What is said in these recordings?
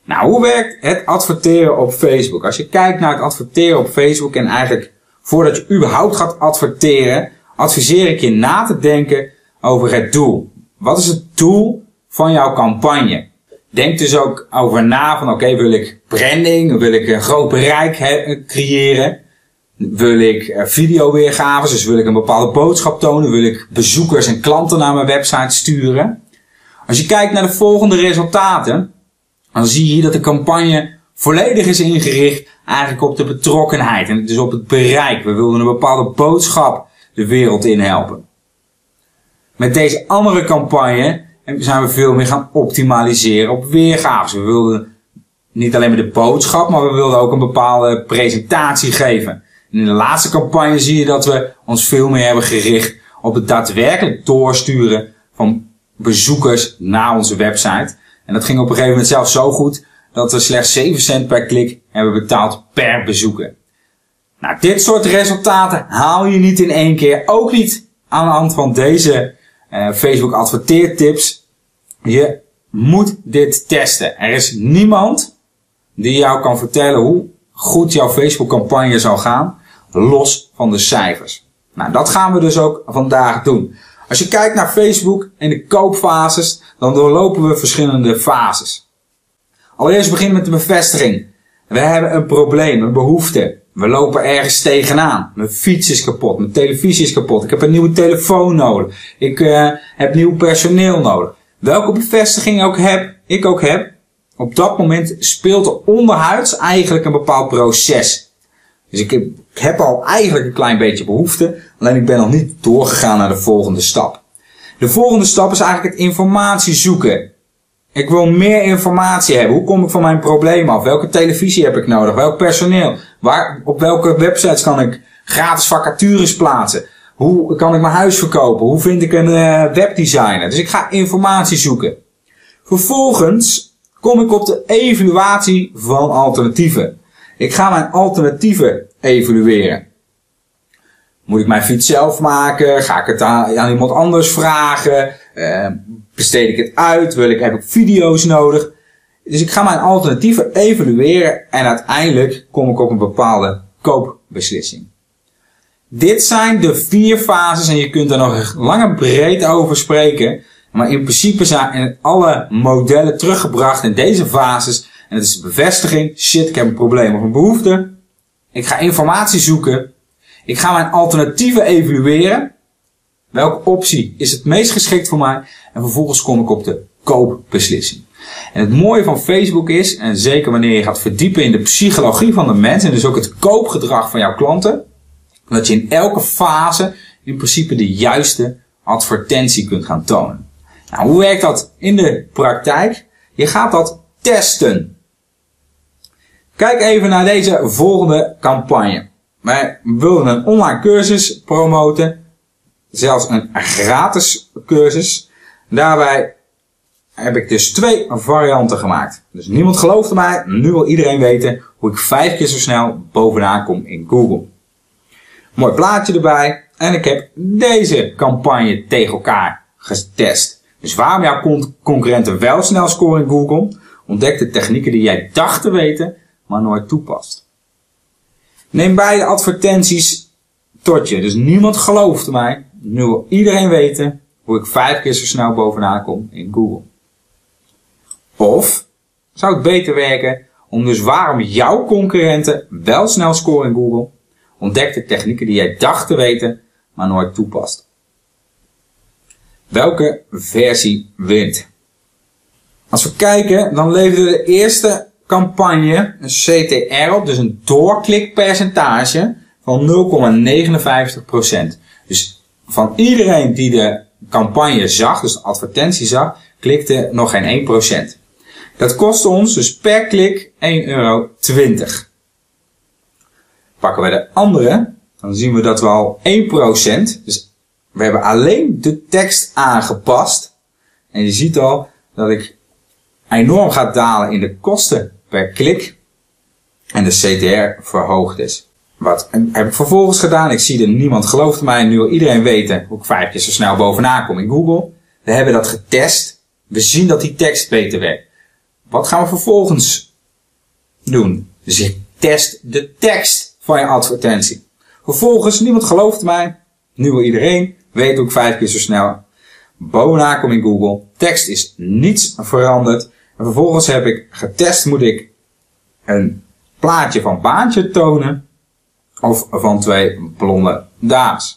Nou, hoe werkt het adverteren op Facebook? Als je kijkt naar het adverteren op Facebook en eigenlijk voordat je überhaupt gaat adverteren, adviseer ik je na te denken over het doel. Wat is het doel van jouw campagne? Denk dus ook over na van oké, wil ik branding, wil ik een groot bereik creëren? Wil ik videoweergaves, dus wil ik een bepaalde boodschap tonen? Wil ik bezoekers en klanten naar mijn website sturen? Als je kijkt naar de volgende resultaten, dan zie je hier dat de campagne volledig is ingericht eigenlijk op de betrokkenheid en dus op het bereik. We wilden een bepaalde boodschap de wereld in helpen. Met deze andere campagne zijn we veel meer gaan optimaliseren op weergaves. We wilden niet alleen maar de boodschap, maar we wilden ook een bepaalde presentatie geven. En in de laatste campagne zie je dat we ons veel meer hebben gericht op het daadwerkelijk doorsturen van bezoekers naar onze website. En dat ging op een gegeven moment zelfs zo goed dat we slechts 7 cent per klik hebben betaald per bezoeker. Nou, dit soort resultaten haal je niet in één keer. Ook niet aan de hand van deze Facebook adverteertips. Je moet dit testen. Er is niemand die jou kan vertellen hoe goed jouw Facebook campagne zal gaan, los van de cijfers. Nou, dat gaan we dus ook vandaag doen. Als je kijkt naar Facebook en de koopfases, dan doorlopen we verschillende fases. Allereerst beginnen met de bevestiging. We hebben een probleem, een behoefte. We lopen ergens tegenaan. Mijn fiets is kapot, mijn televisie is kapot. Ik heb een nieuwe telefoon nodig. Ik heb nieuw personeel nodig. Welke bevestiging ik ook heb, op dat moment speelt er onderhuids eigenlijk een bepaald proces. Dus ik heb al eigenlijk een klein beetje behoefte, alleen ik ben nog niet doorgegaan naar de volgende stap. De volgende stap is eigenlijk het informatie zoeken. Ik wil meer informatie hebben. Hoe kom ik van mijn probleem af? Welke televisie heb ik nodig? Welk personeel? Op welke websites kan ik gratis vacatures plaatsen? Hoe kan ik mijn huis verkopen? Hoe vind ik een webdesigner? Dus ik ga informatie zoeken. Vervolgens kom ik op de evaluatie van alternatieven. Ik ga mijn alternatieven evalueren. Moet ik mijn fiets zelf maken? Ga ik het aan iemand anders vragen? Besteed ik het uit? Heb ik video's nodig? Dus ik ga mijn alternatieven evalueren en uiteindelijk kom ik op een bepaalde koopbeslissing. Dit zijn de 4 fases en je kunt er nog lang en breed over spreken. Maar in principe zijn alle modellen teruggebracht in deze fases. En dat is de bevestiging. Shit, ik heb een probleem of een behoefte. Ik ga informatie zoeken. Ik ga mijn alternatieven evalueren. Welke optie is het meest geschikt voor mij? En vervolgens kom ik op de koopbeslissing. En het mooie van Facebook is, en zeker wanneer je gaat verdiepen in de psychologie van de mens, en dus ook het koopgedrag van jouw klanten, dat je in elke fase in principe de juiste advertentie kunt gaan tonen. Nou, hoe werkt dat in de praktijk? Je gaat dat testen. Kijk even naar deze volgende campagne. Wij wilden een online cursus promoten. Zelfs een gratis cursus. Daarbij heb ik dus 2 varianten gemaakt. Dus niemand geloofde mij. Nu wil iedereen weten hoe ik 5 keer zo snel bovenaan kom in Google. Mooi plaatje erbij. En ik heb deze campagne tegen elkaar getest. Dus waarom jouw concurrenten wel snel scoren in Google? Ontdek de technieken die jij dacht te weten, maar nooit toepast. Neem beide advertenties tot je. Dus niemand geloofde mij. Nu wil iedereen weten hoe ik 5 keer zo snel bovenaan kom in Google. Of zou het beter werken om dus waarom jouw concurrenten wel snel scoren in Google? Ontdek de technieken die jij dacht te weten, maar nooit toepast. Welke versie wint? Als we kijken, dan leverde de eerste campagne een CTR op, dus een doorklikpercentage van 0,59%. Dus van iedereen die de campagne zag, dus de advertentie zag, klikte nog geen 1%. Dat kostte ons dus per klik €1,20. Pakken we de andere, dan zien we dat we al 1%, dus we hebben alleen de tekst aangepast. En je ziet al dat ik enorm ga dalen in de kosten per klik. En de CTR verhoogd is. Wat heb ik vervolgens gedaan? Ik zie dat niemand gelooft mij. Nu wil iedereen weten hoe ik 5 keer zo snel bovenaan kom in Google. We hebben dat getest. We zien dat die tekst beter werkt. Wat gaan we vervolgens doen? Dus je test de tekst van je advertentie. Vervolgens, niemand gelooft mij. Nu wil iedereen. Weet ook 5 keer zo snel. Bovenaan kom in Google. Tekst is niets veranderd. En vervolgens heb ik getest, moet ik een plaatje van Baantje tonen. Of van 2 blonde dames.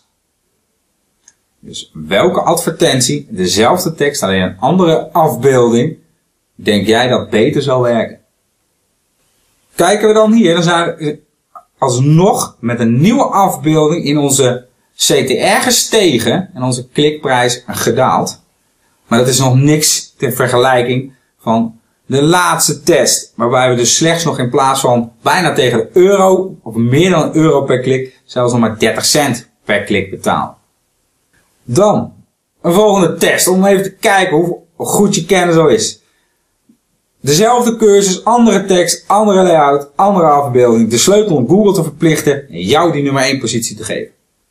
Dus welke advertentie, dezelfde tekst, alleen een andere afbeelding, denk jij dat beter zal werken? Kijken we dan hier, dan zijn we alsnog met een nieuwe afbeelding in onze CTR gestegen en onze klikprijs gedaald. Maar dat is nog niks ter vergelijking van de laatste test, waarbij we dus slechts nog in plaats van bijna tegen de euro, of meer dan €1 per klik, zelfs nog maar 30 cent per klik betalen. Dan, een volgende test, om even te kijken hoe goed je kennis al is. Dezelfde cursus, andere tekst, andere layout, andere afbeelding. De sleutel om Google te verplichten en jou die nummer 1 positie te geven.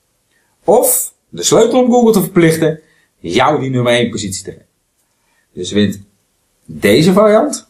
Of de sleutel om Google te verplichten, jou die nummer 1 positie te geven. Dus wint deze variant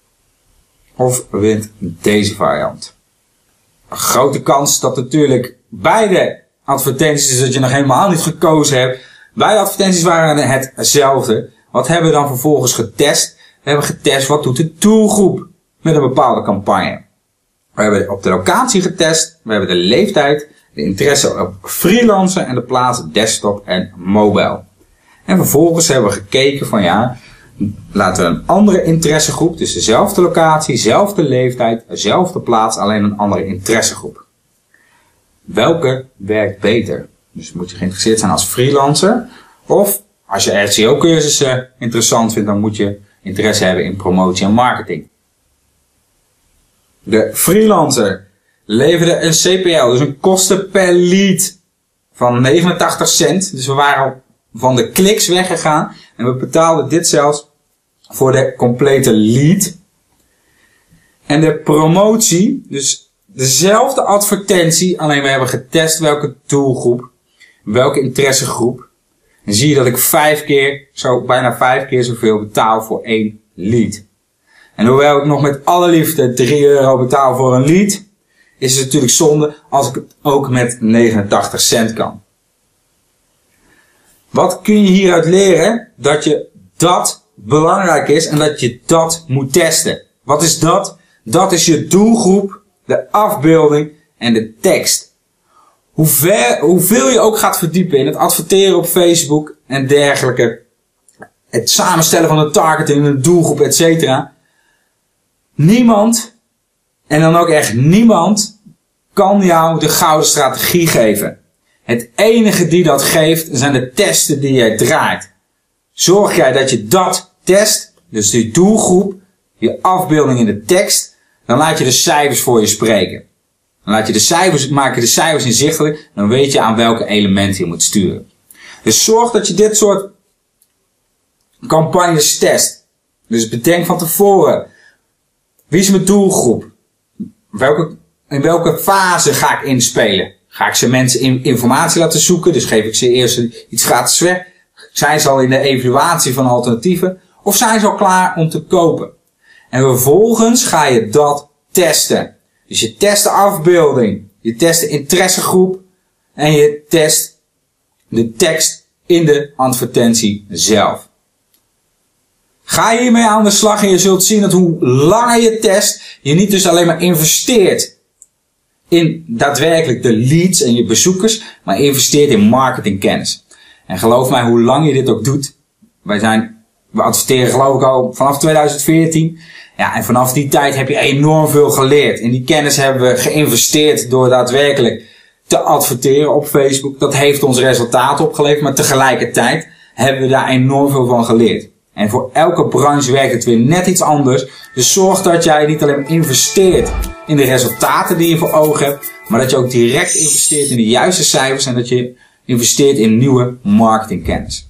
of wint deze variant. Een grote kans dat natuurlijk beide advertenties, dat je nog helemaal niet gekozen hebt. Beide advertenties waren hetzelfde. Wat hebben we dan vervolgens getest? We hebben getest wat doet de doelgroep met een bepaalde campagne. We hebben op de locatie getest. We hebben de leeftijd, de interesse op freelancen en de plaatsen desktop en mobile. En vervolgens hebben we gekeken van ja, laten we een andere interessegroep, dus dezelfde locatie, dezelfde leeftijd, dezelfde plaats, alleen een andere interessegroep. Welke werkt beter? Dus moet je geïnteresseerd zijn als freelancer. Of als je SEO-cursussen interessant vindt, dan moet je interesse hebben in promotie en marketing. De freelancer leverde een CPL, dus een kosten per lead van 89 cent. Dus we waren van de kliks weggegaan en we betaalden dit zelfs voor de complete lead. En de promotie, dus dezelfde advertentie, alleen we hebben getest welke doelgroep, welke interessegroep. En zie je dat ik bijna 5 keer zoveel betaal voor 1 lead. En hoewel ik nog met alle liefde €3 betaal voor een lead, is het natuurlijk zonde als ik het ook met 89 cent kan. Wat kun je hieruit leren? Dat dat belangrijk is en dat je dat moet testen. Wat is dat? Dat is je doelgroep, de afbeelding en de tekst. Hoeveel je ook gaat verdiepen in het adverteren op Facebook en dergelijke, het samenstellen van de targeting, de doelgroep, etc. Niemand, en dan ook echt niemand, kan jou de gouden strategie geven. Het enige die dat geeft zijn de testen die jij draait. Zorg jij dat je dat test, dus die doelgroep, je afbeelding in de tekst, dan laat je de cijfers voor je spreken. Dan maak je de cijfers inzichtelijk, dan weet je aan welke elementen je moet sturen. Dus zorg dat je dit soort campagnes test. Dus bedenk van tevoren, wie is mijn doelgroep? In welke fase ga ik inspelen? Ga ik ze mensen informatie laten zoeken, dus geef ik ze eerst iets gratis weg? Zijn ze al in de evaluatie van alternatieven? Of zijn ze al klaar om te kopen? En vervolgens ga je dat testen. Dus je test de afbeelding, je test de interessegroep en je test de tekst in de advertentie zelf. Ga je hiermee aan de slag en je zult zien dat hoe langer je test, je niet dus alleen maar investeert in daadwerkelijk de leads en je bezoekers, maar investeert in marketingkennis. En geloof mij, hoe lang je dit ook doet, we adverteren geloof ik al vanaf 2014. Ja, en vanaf die tijd heb je enorm veel geleerd. In die kennis hebben we geïnvesteerd door daadwerkelijk te adverteren op Facebook. Dat heeft ons resultaten opgeleverd, maar tegelijkertijd hebben we daar enorm veel van geleerd. En voor elke branche werkt het weer net iets anders. Dus zorg dat jij niet alleen investeert in de resultaten die je voor ogen hebt, maar dat je ook direct investeert in de juiste cijfers en dat je investeert in nieuwe marketingkennis.